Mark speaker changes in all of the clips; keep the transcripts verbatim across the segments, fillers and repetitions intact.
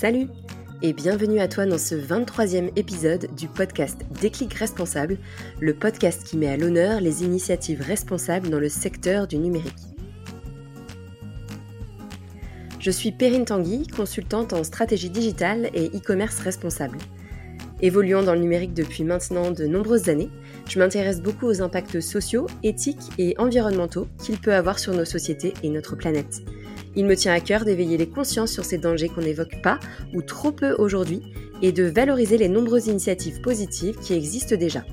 Speaker 1: Salut et bienvenue à toi dans ce vingt-troisième épisode du podcast Déclic Responsable, le podcast qui met à l'honneur les initiatives responsables dans le secteur du numérique. Je suis Perrine Tanguy, consultante en stratégie digitale et e-commerce responsable. Évoluant dans le numérique depuis maintenant de nombreuses années, je m'intéresse beaucoup aux impacts sociaux, éthiques et environnementaux qu'il peut avoir sur nos sociétés et notre planète. Il me tient à cœur d'éveiller les consciences sur ces dangers qu'on n'évoque pas ou trop peu aujourd'hui et de valoriser les nombreuses initiatives positives qui existent déjà.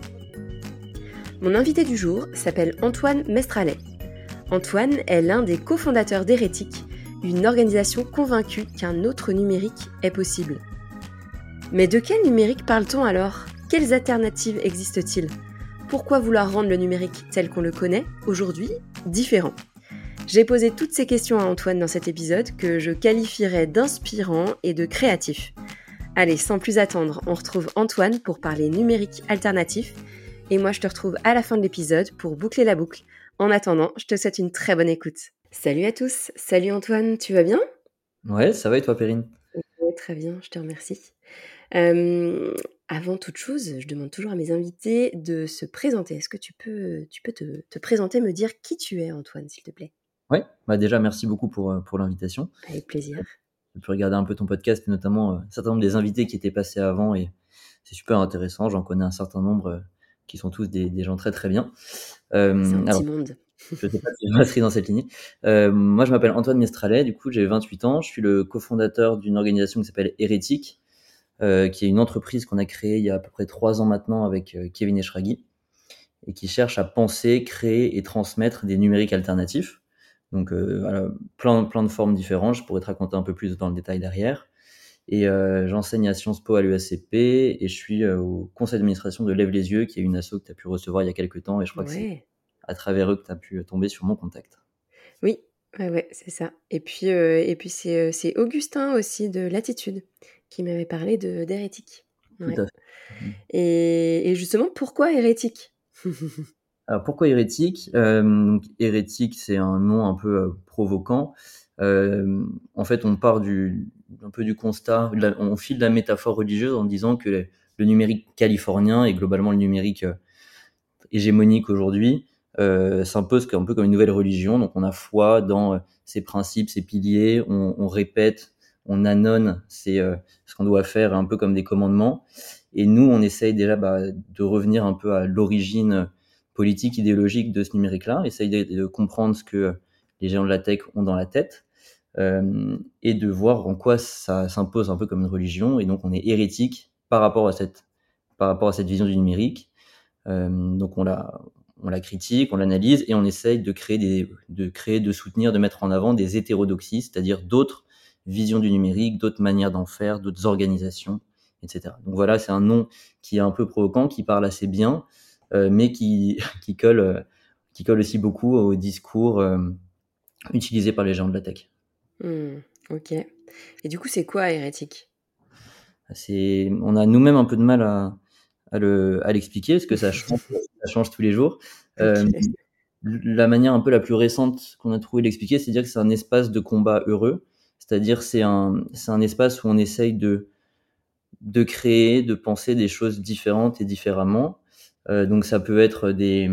Speaker 1: Mon invité du jour s'appelle Antoine Mestralet. Antoine est l'un des cofondateurs d'Hérétique, une organisation convaincue qu'un autre numérique est possible. Mais de quel numérique parle-t-on alors ? Quelles alternatives existent-ils ? Pourquoi vouloir rendre le numérique tel qu'on le connaît, aujourd'hui, différent ? J'ai posé toutes ces questions à Antoine dans cet épisode que je qualifierais d'inspirant et de créatif. Allez, sans plus attendre, on retrouve Antoine pour parler numérique alternatif et moi je te retrouve à la fin de l'épisode pour boucler la boucle. En attendant, je te souhaite une très bonne écoute. Salut à tous, salut Antoine, tu vas bien ?
Speaker 2: Ouais, ça va et toi Perrine ?
Speaker 1: Ouais, très bien, je te remercie. Euh, avant toute chose, je demande toujours à mes invités de se présenter. Est-ce que tu peux, tu peux te, te présenter, me dire qui tu es Antoine, s'il te plaît ?
Speaker 2: Ouais, bah déjà merci beaucoup pour, pour l'invitation.
Speaker 1: Avec plaisir.
Speaker 2: J'ai pu regarder un peu ton podcast et notamment euh, un certain nombre des invités qui étaient passés avant et c'est super intéressant. J'en connais un certain nombre euh, qui sont tous des, des gens très très bien. Euh,
Speaker 1: C'est un
Speaker 2: alors,
Speaker 1: petit monde.
Speaker 2: je sais pas si je m'inscris dans cette lignée. Euh, moi je m'appelle Antoine Mestralet, du coup j'ai vingt-huit ans. Je suis le cofondateur d'une organisation qui s'appelle Hérétique, euh, qui est une entreprise qu'on a créée il y a à peu près trois ans maintenant avec euh, Kevin Eshraghi et qui cherche à penser, créer et transmettre des numériques alternatifs. Donc euh, voilà, plein, plein de formes différentes, je pourrais te raconter un peu plus dans le détail derrière. Et euh, j'enseigne à Sciences Po à l'U S C P et je suis euh, au conseil d'administration de Lève les Yeux, qui est une asso que tu as pu recevoir il y a quelques temps et je crois que c'est
Speaker 1: Ouais.
Speaker 2: à travers eux que tu as pu tomber sur mon contact.
Speaker 1: Oui, ouais, ouais, c'est ça. Et puis, euh, et puis c'est, euh, c'est Augustin aussi de Latitude qui m'avait parlé de, d'Hérétique.
Speaker 2: Tout
Speaker 1: Ouais.
Speaker 2: à fait.
Speaker 1: Et, et justement, pourquoi Hérétique ?
Speaker 2: Alors pourquoi hérétique ? euh, donc, Hérétique, c'est un nom un peu euh, provoquant. Euh, en fait, on part du, un peu du constat, de la- on file la métaphore religieuse en disant que le, le numérique californien et globalement le numérique euh, hégémonique aujourd'hui euh, s'impose un peu comme une nouvelle religion. Donc on a foi dans euh, ses principes, ses piliers, on, on répète, on annonce c'est euh, ce qu'on doit faire, un peu comme des commandements. Et nous, on essaye déjà bah, de revenir un peu à l'origine politique, idéologique de ce numérique-là, essaye de, de comprendre ce que les géants de la tech ont dans la tête, euh, et de voir en quoi ça s'impose un peu comme une religion. Et donc on est hérétique par rapport à cette, par rapport à cette vision du numérique. Euh, donc on la, on la critique, on l'analyse et on essaye de créer, des, de créer, de soutenir, de mettre en avant des hétérodoxies, c'est-à-dire d'autres visions du numérique, d'autres manières d'en faire, d'autres organisations, et cetera. Donc voilà, c'est un nom qui est un peu provocant, qui parle assez bien, euh, mais qui, qui, colle, euh, qui colle aussi beaucoup au discours euh, utilisé par les gens de la tech.
Speaker 1: Hmm, ok. Et du coup, c'est quoi Hérétique ?
Speaker 2: C'est, on a nous-mêmes un peu de mal à, à, le, à l'expliquer, parce que ça change, ça change tous les jours. Euh,
Speaker 1: Ok.
Speaker 2: la manière un peu la plus récente qu'on a trouvé d'expliquer, c'est de dire que c'est un espace de combat heureux, c'est-à-dire c'est un, c'est un espace où on essaye de, de créer, de penser des choses différentes et différemment. Euh, donc ça peut être des,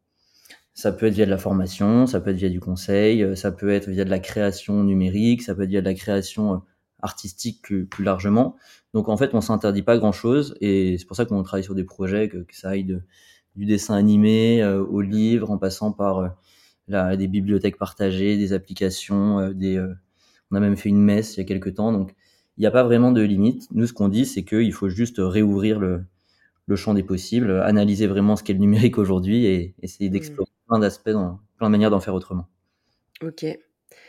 Speaker 2: ça peut être via de la formation, ça peut être via du conseil, ça peut être via de la création numérique, ça peut être via de la création artistique plus, plus largement. Donc en fait, on s'interdit pas grand-chose et c'est pour ça qu'on travaille sur des projets que, que ça aille de, du dessin animé euh, au livre, en passant par euh, la, des bibliothèques partagées, des applications, euh, des, euh, on a même fait une messe il y a quelques temps. Donc il n'y a pas vraiment de limite. Nous, ce qu'on dit, c'est qu'il faut juste réouvrir le, le champ des possibles, analyser vraiment ce qu'est le numérique aujourd'hui et essayer d'explorer
Speaker 1: Hmm,
Speaker 2: plein d'aspects, dans, plein de manières d'en faire autrement.
Speaker 1: ok. Et,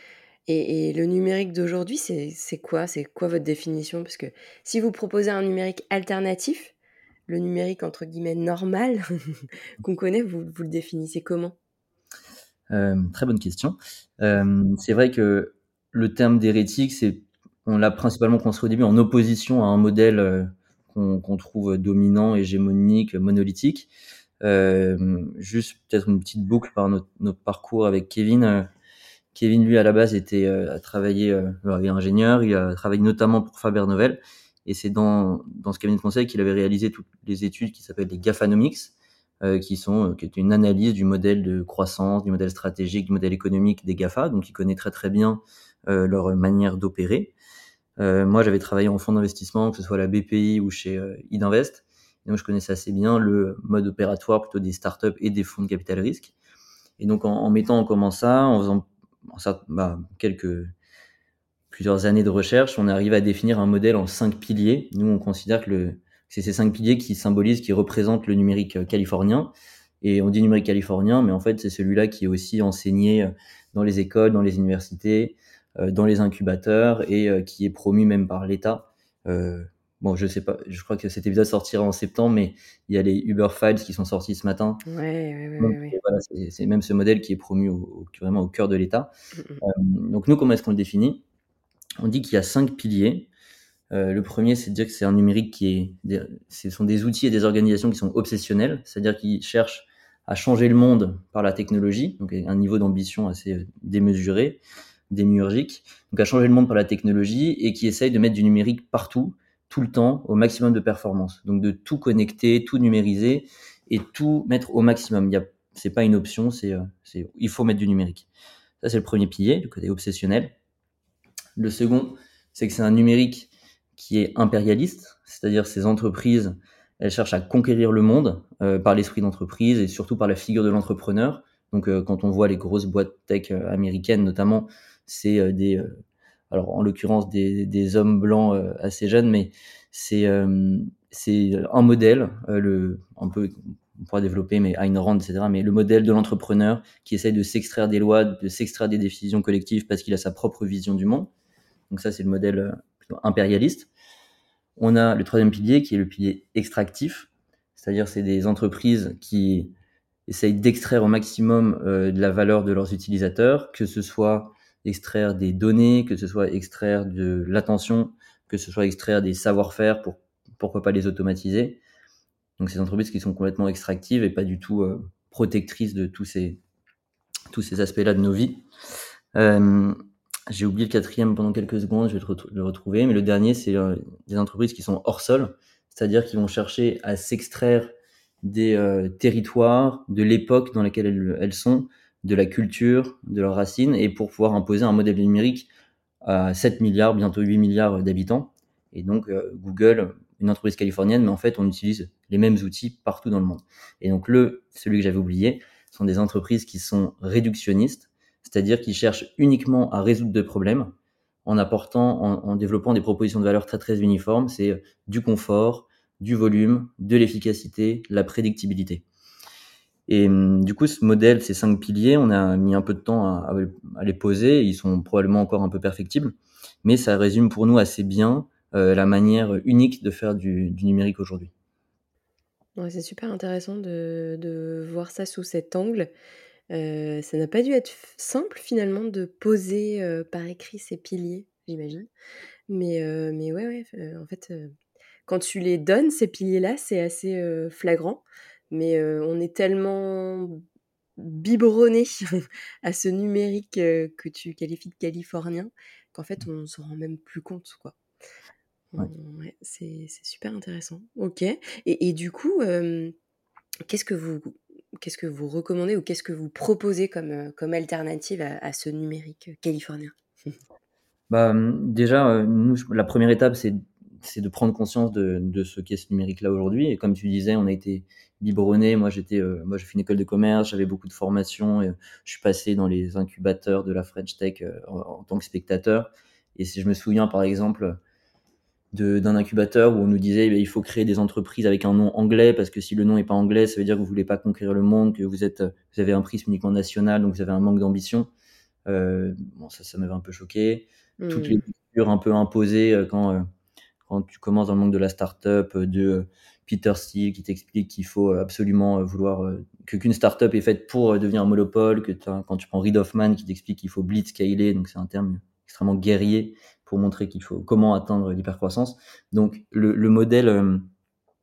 Speaker 1: et le numérique d'aujourd'hui, c'est, c'est quoi ? C'est quoi votre définition ? Parce que si vous proposez un numérique alternatif, le numérique entre guillemets normal qu'on connaît, vous, vous le définissez comment ?
Speaker 2: Euh, très bonne question. Euh, c'est vrai que le terme d'hérétique, c'est, on l'a principalement construit au début en opposition à un modèle euh, qu'on, qu'on trouve dominant, hégémonique, monolithique. Euh, juste peut-être une petite boucle par notre, notre parcours avec Kevin. Euh, Kevin, lui, à la base, était euh, a travaillé, euh, il est ingénieur, il a travaillé notamment pour Faber Novel, et c'est dans dans ce cabinet de conseil qu'il avait réalisé toutes les études qui s'appellent les Gafanomics, euh, qui sont euh, qui est une analyse du modèle de croissance, du modèle stratégique, du modèle économique des GAFA. Donc, il connaît très très bien euh, leur manière d'opérer. Euh, moi, j'avais travaillé en fonds d'investissement, que ce soit à la B P I ou chez euh, Idinvest. Et donc, je connaissais assez bien le mode opératoire plutôt des startups et des fonds de capital risque. Et donc, en, en mettant en commun ça, en faisant en ça, bah, quelques plusieurs années de recherche, on arrive à définir un modèle en cinq piliers. Nous, on considère que le, c'est ces cinq piliers qui symbolisent, qui représentent le numérique euh, californien. Et on dit numérique californien, mais en fait, c'est celui-là qui est aussi enseigné euh, dans les écoles, dans les universités, euh, dans les incubateurs et euh, qui est promu même par l'État. Euh, bon, je sais pas, je crois que cet épisode sortira en septembre, mais il y a les Uber Files qui sont sortis ce matin.
Speaker 1: Ouais, ouais, ouais,
Speaker 2: Donc,
Speaker 1: ouais, ouais.
Speaker 2: voilà, c'est, c'est même ce modèle qui est promu au, au- vraiment au cœur de l'État.
Speaker 1: Mm, mm.
Speaker 2: Euh, donc, nous, comment est-ce qu'on le définit? On dit qu'il y a cinq piliers. Euh, le premier, c'est de dire que c'est un numérique qui est, des, ce sont des outils et des organisations qui sont obsessionnels, c'est-à-dire qui cherchent à changer le monde par la technologie, donc un niveau d'ambition assez démesuré, démiurgique, donc à changer le monde par la technologie et qui essayent de mettre du numérique partout, tout le temps, au maximum de performance. Donc de tout connecter, tout numériser et tout mettre au maximum. Il y a, c'est pas une option, c'est, c'est, il faut mettre du numérique. Ça, c'est le premier pilier, le côté obsessionnel. Le second, c'est que c'est un numérique qui est impérialiste, c'est-à-dire ces entreprises, elles cherchent à conquérir le monde euh, par l'esprit d'entreprise et surtout par la figure de l'entrepreneur. Donc euh, quand on voit les grosses boîtes tech euh, américaines notamment, c'est euh, des, euh, alors en l'occurrence des, des hommes blancs euh, assez jeunes, mais c'est euh, c'est un modèle, euh, le, un peu, on pourra développer, mais Ayn Rand, et cetera. Mais le modèle de l'entrepreneur qui essaye de s'extraire des lois, de s'extraire des décisions collectives parce qu'il a sa propre vision du monde. Donc ça, c'est le modèle euh, plutôt impérialiste. On a le troisième pilier qui est le pilier extractif, c'est-à-dire c'est des entreprises qui essayent d'extraire au maximum euh, de la valeur de leurs utilisateurs, que ce soit extraire des données, que ce soit extraire de l'attention, que ce soit extraire des savoir-faire pour pourquoi pas les automatiser. Donc ces entreprises qui sont complètement extractives et pas du tout euh, protectrices de tous ces tous ces aspects-là de nos vies. Euh, j'ai oublié le quatrième pendant quelques secondes, je vais le, le retrouver, mais le dernier, c'est euh, des entreprises qui sont hors sol, c'est-à-dire qui vont chercher à s'extraire des euh, territoires, de l'époque dans laquelle elles, elles sont, de la culture, de leurs racines, et pour pouvoir imposer un modèle numérique à sept milliards, bientôt huit milliards d'habitants. Et donc euh, Google, une entreprise californienne, mais en fait on utilise les mêmes outils partout dans le monde. Et donc le, celui que j'avais oublié, sont des entreprises qui sont réductionnistes, c'est-à-dire qui cherchent uniquement à résoudre des problèmes en apportant, en, en développant des propositions de valeur très très uniformes. C'est du confort, du volume, de l'efficacité, la prédictibilité. Et du coup, ce modèle, ces cinq piliers, on a mis un peu de temps à, à les poser. Ils sont probablement encore un peu perfectibles, mais ça résume pour nous assez bien euh, la manière unique de faire du, du numérique aujourd'hui.
Speaker 1: Ouais, c'est super intéressant de, de voir ça sous cet angle. Euh, ça n'a pas dû être f- simple finalement de poser euh, par écrit ces piliers, j'imagine. Mais, euh, mais ouais, ouais, euh, en fait, euh, quand tu les donnes, ces piliers-là, c'est assez euh, flagrant. Mais euh, on est tellement biberonné à ce numérique euh, que tu qualifies de californien qu'en fait, on s'en rend même plus compte, quoi.
Speaker 2: Ouais.
Speaker 1: On- ouais, c'est c'est super intéressant. Ok. Et, et du coup, euh, qu'est-ce que vous qu'est-ce que vous recommandez ou qu'est-ce que vous proposez comme, euh, comme alternative à, à ce numérique euh, californien?
Speaker 2: Bah, hum, déjà, euh, nous, je- la première étape, c'est c'est de prendre conscience de, de ce qu'est ce numérique-là aujourd'hui. Et comme tu disais, on a été biberonné. Moi, j'étais, euh, moi, j'ai fait une école de commerce, j'avais beaucoup de formations. Et, euh, je suis passé dans les incubateurs de la French Tech euh, en, en tant que spectateur. Et si je me souviens, par exemple, de, d'un incubateur où on nous disait, eh bien, il faut créer des entreprises avec un nom anglais parce que si le nom est pas anglais, ça veut dire que vous voulez pas conquérir le monde, que vous êtes, vous avez un prisme uniquement national, donc vous avez un manque d'ambition. Euh, bon, ça, ça m'avait un peu choqué. Toutes les
Speaker 1: Hmm.
Speaker 2: discours un peu imposées euh, quand, euh, quand tu commences dans le monde de la startup, euh, de euh, Peter Thiel qui t'explique qu'il faut euh, absolument euh, vouloir euh, que qu'une startup est faite pour euh, devenir un monopole, que t'as- quand tu prends Reid Hoffman qui t'explique qu'il faut blitzscaler, donc c'est un terme extrêmement guerrier pour montrer qu'il faut comment atteindre l'hypercroissance. Donc le, le modèle euh,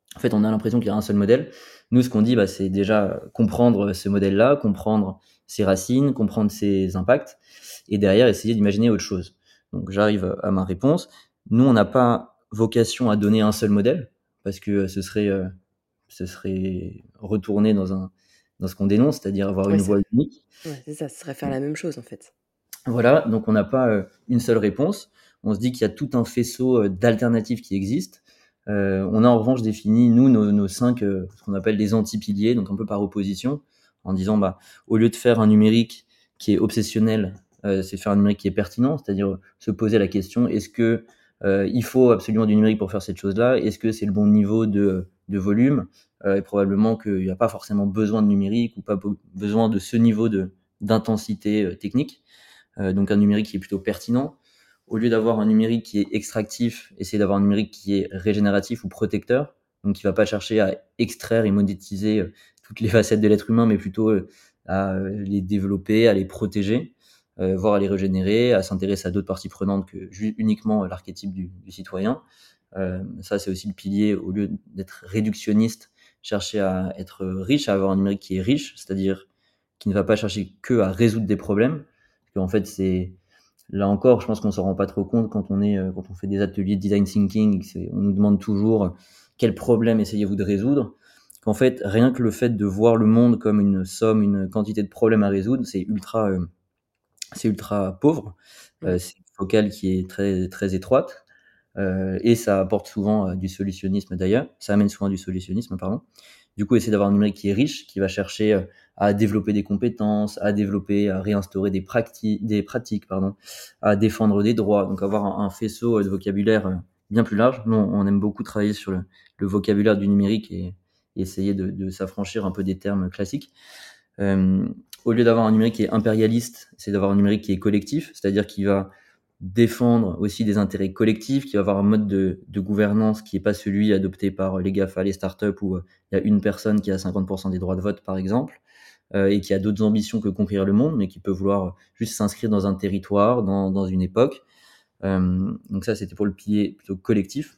Speaker 2: En fait, on a l'impression qu'il y a un seul modèle. Nous, ce qu'on dit, bah, c'est déjà comprendre ce modèle-là, comprendre ses racines, comprendre ses impacts, et derrière, essayer d'imaginer autre chose. Donc, j'arrive à ma réponse. Nous, on n'a pas vocation à donner un seul modèle, parce que ce serait, euh, ce serait retourner dans, un, dans ce qu'on dénonce, c'est-à-dire avoir
Speaker 1: Ouais,
Speaker 2: une
Speaker 1: ça,
Speaker 2: voie unique.
Speaker 1: ouais, c'est ça, ce serait faire la même chose en fait.
Speaker 2: Voilà, donc on n'a pas euh, une seule réponse. On se dit qu'il y a tout un faisceau euh, d'alternatives qui existent. Euh, on a en revanche défini, nous, nos, nos cinq, euh, ce qu'on appelle les anti-piliers, donc un peu par opposition, en disant, bah, au lieu de faire un numérique qui est obsessionnel, euh, c'est faire un numérique qui est pertinent, c'est-à-dire se poser la question, est-ce que euh, il faut absolument du numérique pour faire cette chose-là? Est-ce que c'est le bon niveau de, de volume? Euh, et probablement qu'il n'y a pas forcément besoin de numérique ou pas be- besoin de ce niveau de, d'intensité euh, technique. Euh, donc un numérique qui est plutôt pertinent. Au lieu d'avoir un numérique qui est extractif, essayer d'avoir un numérique qui est régénératif ou protecteur, donc qui va pas chercher à extraire et monétiser euh, toutes les facettes de l'être humain, mais plutôt euh, à euh, les développer, à les protéger, euh, voire à les régénérer, à s'intéresser à d'autres parties prenantes que uniquement l'archétype du, du citoyen. Euh, ça, c'est aussi le pilier, au lieu d'être réductionniste, chercher à être riche, à avoir un numérique qui est riche, c'est-à-dire qui ne va pas chercher que à résoudre des problèmes. Parce qu'en fait, c'est là encore, je pense qu'on s'en rend pas trop compte quand on est euh, quand on fait des ateliers de design thinking. C'est, on nous demande toujours euh, quel problème essayez-vous de résoudre. Qu'en fait, rien que le fait de voir le monde comme une somme, une quantité de problèmes à résoudre, c'est ultra, euh, c'est ultra pauvre.
Speaker 1: Mm.
Speaker 2: Euh, c'est une focale qui est très très étroite. Euh, et ça apporte souvent euh, du solutionnisme d'ailleurs. Ça amène souvent du solutionnisme, pardon. Du coup, essayer d'avoir un numérique qui est riche, qui va chercher euh, à développer des compétences, à développer, à réinstaurer des, pratiques, des pratiques, pardon, à défendre des droits. Donc avoir un, un faisceau de vocabulaire euh, bien plus large. Nous, on aime beaucoup travailler sur le, le vocabulaire du numérique et, et essayer de, de s'affranchir un peu des termes classiques. Euh, au lieu d'avoir un numérique qui est impérialiste, c'est d'avoir un numérique qui est collectif, c'est-à-dire qui va défendre aussi des intérêts collectifs, qui va avoir un mode de, de gouvernance qui n'est pas celui adopté par les GAFA, les startups, où euh, il y a une personne qui a cinquante pour cent des droits de vote, par exemple, euh, et qui a d'autres ambitions que conquérir le monde, mais qui peut vouloir juste s'inscrire dans un territoire, dans, dans une époque. Euh, donc ça, c'était pour le pilier plutôt collectif.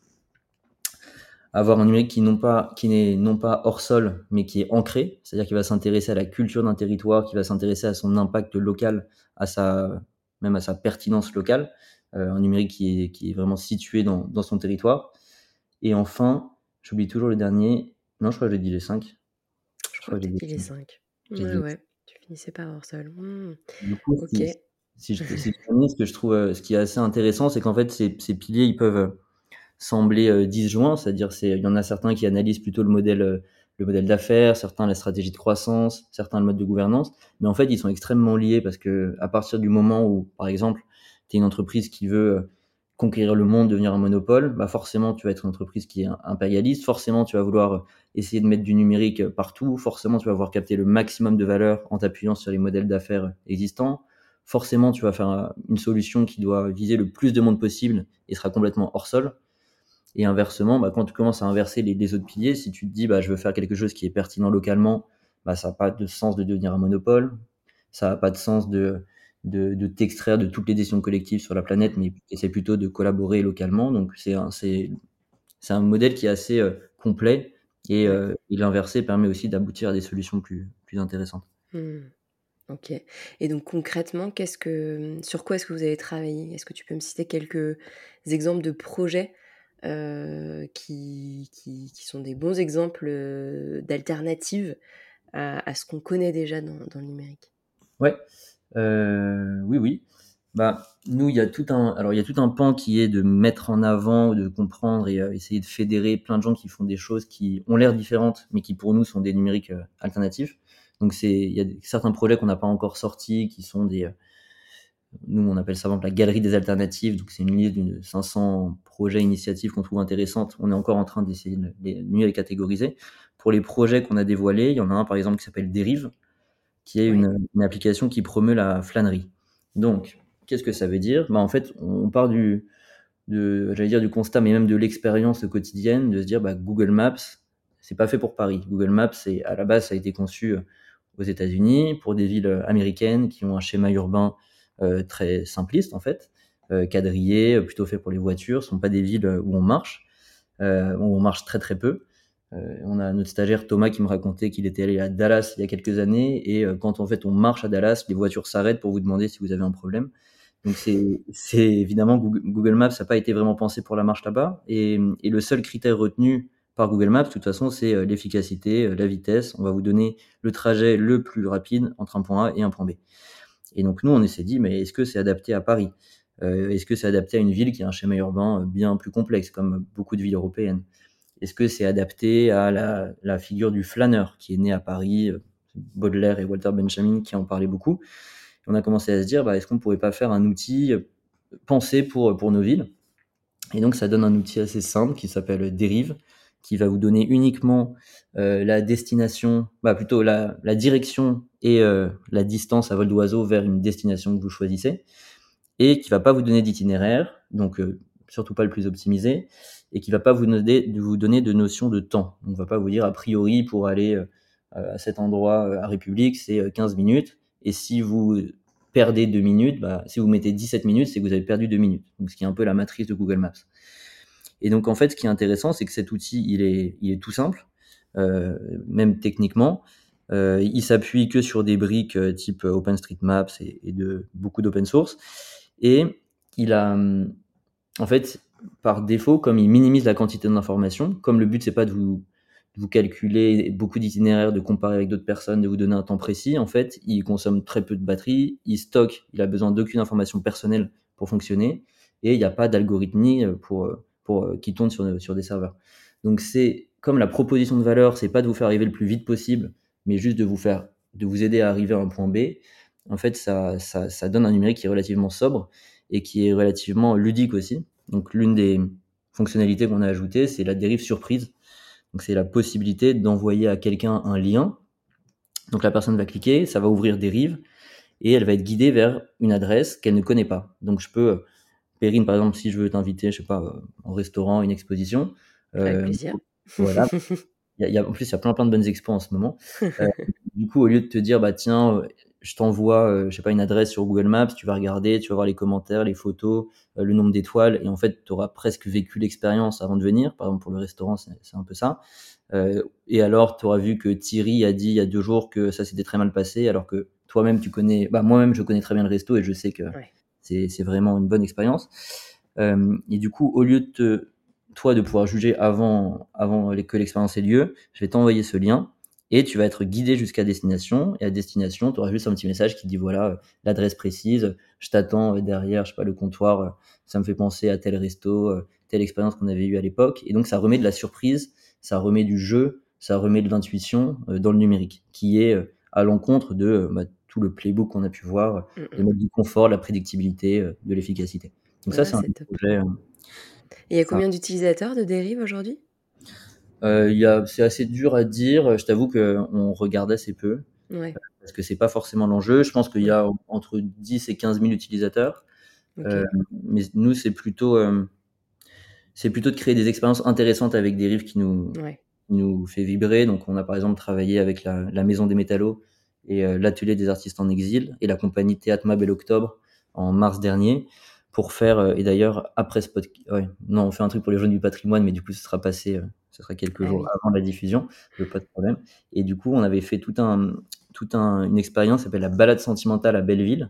Speaker 2: Avoir un numérique qui non pas qui n'est non pas hors sol, mais qui est ancré, c'est-à-dire qu'il va s'intéresser à la culture d'un territoire, qui va s'intéresser à son impact local, à sa même à sa pertinence locale, euh, un numérique qui est qui est vraiment situé dans dans son territoire. Et enfin, j'oublie toujours le dernier. Non, je crois que j'ai dit les cinq.
Speaker 1: Je
Speaker 2: Je
Speaker 1: crois
Speaker 2: crois
Speaker 1: que
Speaker 2: que
Speaker 1: tu
Speaker 2: j'ai
Speaker 1: as
Speaker 2: dit
Speaker 1: dit les
Speaker 2: les cinq.
Speaker 1: cinq.
Speaker 2: J'ai
Speaker 1: Ouais,
Speaker 2: dit
Speaker 1: ouais. Tu finissais par hors sol. Mm.
Speaker 2: Du coup,
Speaker 1: Ok.
Speaker 2: si, si je, si je termine, ce que je trouve, euh, ce qui est assez intéressant, c'est qu'en fait, ces, ces piliers, ils peuvent euh, sembler euh, disjoints, c'est-à-dire, c'est, il y en a certains qui analysent plutôt le modèle, euh, le modèle d'affaires, certains la stratégie de croissance, certains le mode de gouvernance, mais en fait, ils sont extrêmement liés parce que à partir du moment où, par exemple, tu es une entreprise qui veut euh, conquérir le monde, devenir un monopole, bah forcément, tu vas être une entreprise qui est impérialiste, forcément, tu vas vouloir euh, essayer de mettre du numérique euh, partout, forcément, tu vas vouloir capter le maximum de valeur en t'appuyant sur les modèles d'affaires existants, forcément, tu vas faire euh, une solution qui doit viser le plus de monde possible et sera complètement hors sol. Et inversement, bah, quand tu commences à inverser les, les autres piliers, si tu te dis bah, je veux faire quelque chose qui est pertinent localement, bah, ça n'a pas de sens de devenir un monopole, ça n'a pas de sens de, de, de t'extraire de toutes les décisions collectives sur la planète, mais c'est plutôt de collaborer localement. Donc c'est un, c'est, c'est un modèle qui est assez euh, complet et,
Speaker 1: Ouais.
Speaker 2: euh, et l'inverser permet aussi d'aboutir à des solutions plus, plus intéressantes.
Speaker 1: Mm. Ok. Et donc concrètement, qu'est-ce que, sur quoi est-ce que vous avez travaillé? Est-ce que tu peux me citer quelques exemples de projets euh, qui, qui, qui sont des bons exemples euh, d'alternatives à, à ce qu'on connaît déjà dans, dans le numérique?
Speaker 2: Ouais, euh, oui, oui. Bah, nous, il y a tout un, alors il y a tout un pan qui est de mettre en avant, de comprendre et euh, essayer de fédérer plein de gens qui font des choses qui ont l'air différentes, mais qui pour nous sont des numériques euh, alternatifs. Donc c'est, il y a des- certains projets qu'on n'a pas encore sortis, qui sont des, euh, nous on appelle ça par exemple la galerie des alternatives. Donc c'est une liste de cinq cents projets, initiatives qu'on trouve intéressantes. On est encore en train d'essayer de les, mieux les catégoriser. Pour les projets qu'on a dévoilés, il y en a un par exemple qui s'appelle Dérive, qui est
Speaker 1: Ouais.
Speaker 2: une, une application qui promeut la flânerie. Donc, qu'est-ce que ça veut dire? Bah, en fait, on part du, de, j'allais dire du constat, mais même de l'expérience quotidienne, de se dire, bah, Google Maps, c'est pas fait pour Paris. Google Maps, c'est, à la base, ça a été conçu aux États-Unis pour des villes américaines qui ont un schéma urbain euh, très simpliste, en fait, euh, quadrillé, plutôt fait pour les voitures, ce sont pas des villes où on marche, euh, où on marche très très peu. Euh, on a notre stagiaire Thomas qui me racontait qu'il était allé à Dallas il y a quelques années et euh, quand en fait on marche à Dallas, les voitures s'arrêtent pour vous demander si vous avez un problème. Donc c'est, c'est évidemment Google, Google Maps n'a pas été vraiment pensé pour la marche là-bas et, et le seul critère retenu par Google Maps, de toute façon, c'est euh, l'efficacité, euh, la vitesse. On va vous donner le trajet le plus rapide entre un point A et un point B. Et donc nous, on s'est dit, mais est-ce que c'est adapté à Paris? Euh, Est-ce que c'est adapté à une ville qui a un schéma urbain bien plus complexe, comme beaucoup de villes européennes? Est-ce que c'est adapté à la, la figure du flâneur qui est né à Paris, euh, Baudelaire et Walter Benjamin qui en parlaient beaucoup. Et on a commencé à se dire, bah, est-ce qu'on ne pourrait pas faire un outil euh, pensé pour, pour nos villes? Et donc ça donne un outil assez simple qui s'appelle Dérive, qui va vous donner uniquement euh, la destination, bah plutôt la, la direction et euh, la distance à vol d'oiseau vers une destination que vous choisissez, et qui va pas vous donner d'itinéraire, donc euh, surtout pas le plus optimisé, et qui va pas vous donner, de vous donner de notion de temps. On va pas vous dire a priori pour aller euh, à cet endroit euh, à République c'est euh, quinze minutes, et si vous perdez deux minutes, bah, si vous mettez dix-sept minutes, c'est que vous avez perdu deux minutes. Donc ce qui est un peu la matrice de Google Maps. Et donc en fait, ce qui est intéressant, c'est que cet outil, il est, il est tout simple, euh, même techniquement. Euh, il s'appuie que sur des briques euh, type OpenStreetMaps et, et de beaucoup d'open source. Et il a, en fait, par défaut, comme il minimise la quantité d'informations, comme le but c'est pas de vous, de vous calculer beaucoup d'itinéraires, de comparer avec d'autres personnes, de vous donner un temps précis, en fait, il consomme très peu de batterie, il stocke, il a besoin d'aucune information personnelle pour fonctionner, et il n'y a pas d'algorithmie pour, pour, qui tourne sur, sur des serveurs. Donc c'est comme la proposition de valeur, c'est pas de vous faire arriver le plus vite possible, mais juste de vous faire, de vous aider à arriver à un point B. En fait, ça, ça, ça donne un numérique qui est relativement sobre et qui est relativement ludique aussi. Donc l'une des fonctionnalités qu'on a ajoutées, c'est la dérive surprise. Donc c'est la possibilité d'envoyer à quelqu'un un lien. Donc la personne va cliquer, ça va ouvrir Dérive et elle va être guidée vers une adresse qu'elle ne connaît pas. Donc je peux, Perrine par exemple, si je veux t'inviter, je sais pas, en restaurant, une exposition,
Speaker 1: Avec
Speaker 2: euh,
Speaker 1: plaisir.
Speaker 2: voilà. Il y a, il y a, en plus, il y a plein plein de bonnes expos en ce moment. Euh, du coup, au lieu de te dire, bah tiens, euh, je t'envoie, euh, je sais pas, une adresse sur Google Maps, tu vas regarder, tu vas voir les commentaires, les photos, euh, le nombre d'étoiles, et en fait, tu auras presque vécu l'expérience avant de venir. Par exemple, pour le restaurant, c'est, c'est un peu ça. Euh, et alors, tu auras vu que Thierry a dit il y a deux jours que ça s'était très mal passé, alors que toi-même, tu connais, bah moi-même, je connais très bien le resto et je sais que
Speaker 1: Ouais.
Speaker 2: c'est, c'est vraiment une bonne expérience. Euh, et du coup, au lieu de te, toi de pouvoir juger avant, avant que l'expérience ait lieu, je vais t'envoyer ce lien et tu vas être guidé jusqu'à destination. Et à destination, tu auras juste un petit message qui dit voilà, euh, l'adresse précise, je t'attends euh, derrière, je sais pas, le comptoir, euh, ça me fait penser à tel resto, euh, telle expérience qu'on avait eue à l'époque. Et donc, ça remet de la surprise, ça remet du jeu, ça remet de l'intuition euh, dans le numérique, qui est euh, à l'encontre de euh, bah, tout le playbook qu'on a pu voir, euh,
Speaker 1: Mm,
Speaker 2: de
Speaker 1: mm.
Speaker 2: mettre du confort, de la prédictibilité, euh, de l'efficacité. Donc ça,
Speaker 1: Ah,
Speaker 2: c'est un
Speaker 1: c'est top.
Speaker 2: projet. euh,
Speaker 1: Et il y a
Speaker 2: ça
Speaker 1: combien d'utilisateurs de Dérive aujourd'hui?
Speaker 2: Euh, il y a, c'est assez dur à dire. Je t'avoue qu'on regarde assez peu
Speaker 1: Ouais,
Speaker 2: parce que c'est pas forcément l'enjeu. Je pense qu'il y
Speaker 1: ouais,
Speaker 2: a entre dix et quinze mille utilisateurs. Euh,
Speaker 1: ok.
Speaker 2: mais nous, c'est plutôt, euh, c'est plutôt de créer des expériences intéressantes avec des rives qui nous,
Speaker 1: Ouais.
Speaker 2: qui nous fait vibrer. Donc, on a par exemple travaillé avec la, la Maison des Métallos et euh, l'Atelier des artistes en exil et la compagnie Théâtre Ma Belle Octobre en mars dernier pour faire, euh, et d'ailleurs, après ce podcast, ouais, non, on fait un truc pour les jeunes du patrimoine, mais du coup, ce sera passé, euh, ce sera quelques
Speaker 1: Ah
Speaker 2: jours
Speaker 1: oui.
Speaker 2: avant la diffusion, donc pas de problème. Et du coup, on avait fait tout un, tout un, une expérience qui s'appelle la balade sentimentale à Belleville,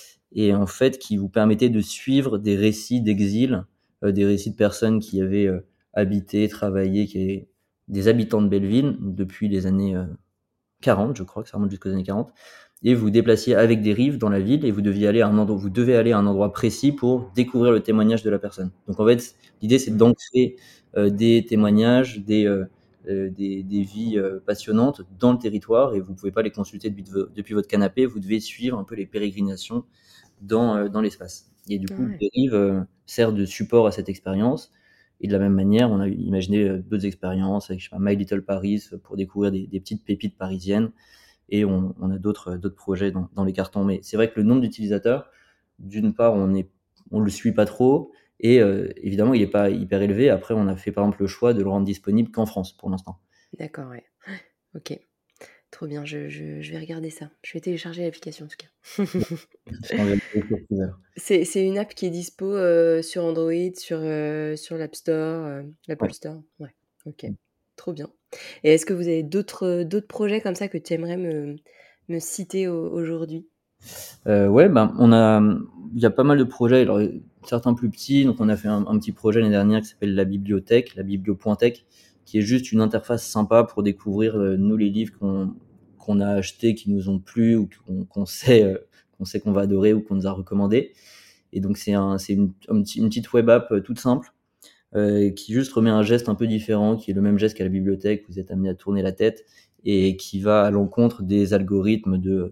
Speaker 2: et en fait, qui vous permettait de suivre des récits d'exil, euh, des récits de personnes qui avaient euh, habité, travaillé, qui étaient des habitants de Belleville depuis les années euh, quarante, je crois que ça remonte jusqu'aux années quarante, et vous vous déplaciez avec des rives dans la ville et vous deviez aller à un endroit, vous devez aller à un endroit précis pour découvrir le témoignage de la personne. Donc en fait, l'idée c'est
Speaker 1: Mm.
Speaker 2: d'ancrer euh, des témoignages, des, euh, euh, des, des vies euh, passionnantes dans le territoire et vous pouvez pas les consulter depuis, depuis votre canapé, vous devez suivre un peu les pérégrinations dans, euh, dans l'espace. Et du coup,
Speaker 1: Ouais.
Speaker 2: Dérive euh, sert de support à cette expérience. Et de la même manière, on a imaginé euh, d'autres expériences avec je sais pas, My Little Paris pour découvrir des, des petites pépites parisiennes. Et on, on a d'autres d'autres projets dans, dans les cartons. Mais c'est vrai que le nombre d'utilisateurs, d'une part, on est, on le suit pas trop. Et euh, évidemment, il est pas hyper élevé. Après, on a fait par exemple le choix de le rendre disponible qu'en France pour l'instant.
Speaker 1: D'accord, ouais. Ok. Trop bien, je, je, je vais regarder ça. Je vais télécharger l'application en tout cas.
Speaker 2: Je t'enverrai le cours tout à l'heure.
Speaker 1: C'est, c'est une app qui est dispo euh, sur Android, sur, euh, sur l'App Store, euh, l'Apple
Speaker 2: Ouais.
Speaker 1: Store. Ouais, ok. trop bien. Et est-ce que vous avez d'autres, heu, d'autres projets comme ça que tu aimerais me me citer au aujourd'hui?
Speaker 2: Heu, ouais, ben, on a, mmh, il y a pas mal de projets, alors, heu, certains plus petits, donc on a fait un un petit projet l'année dernière qui s'appelle la bibliothèque, la biblio.tech, qui est juste une interface sympa pour découvrir, heu, nous, les livres qu'on qu'on a achetés, qui nous ont plu ou qu'on qu'on sait, heu, qu'on sait qu'on va adorer ou qu'on nous a recommandés. Et donc c'est un c'est une un petit une petite web app, heu, toute simple, heu, qui juste remet un geste un peu différent, qui est le même geste qu'à la bibliothèque. Vous êtes amené à tourner la tête et qui va à l'encontre des algorithmes de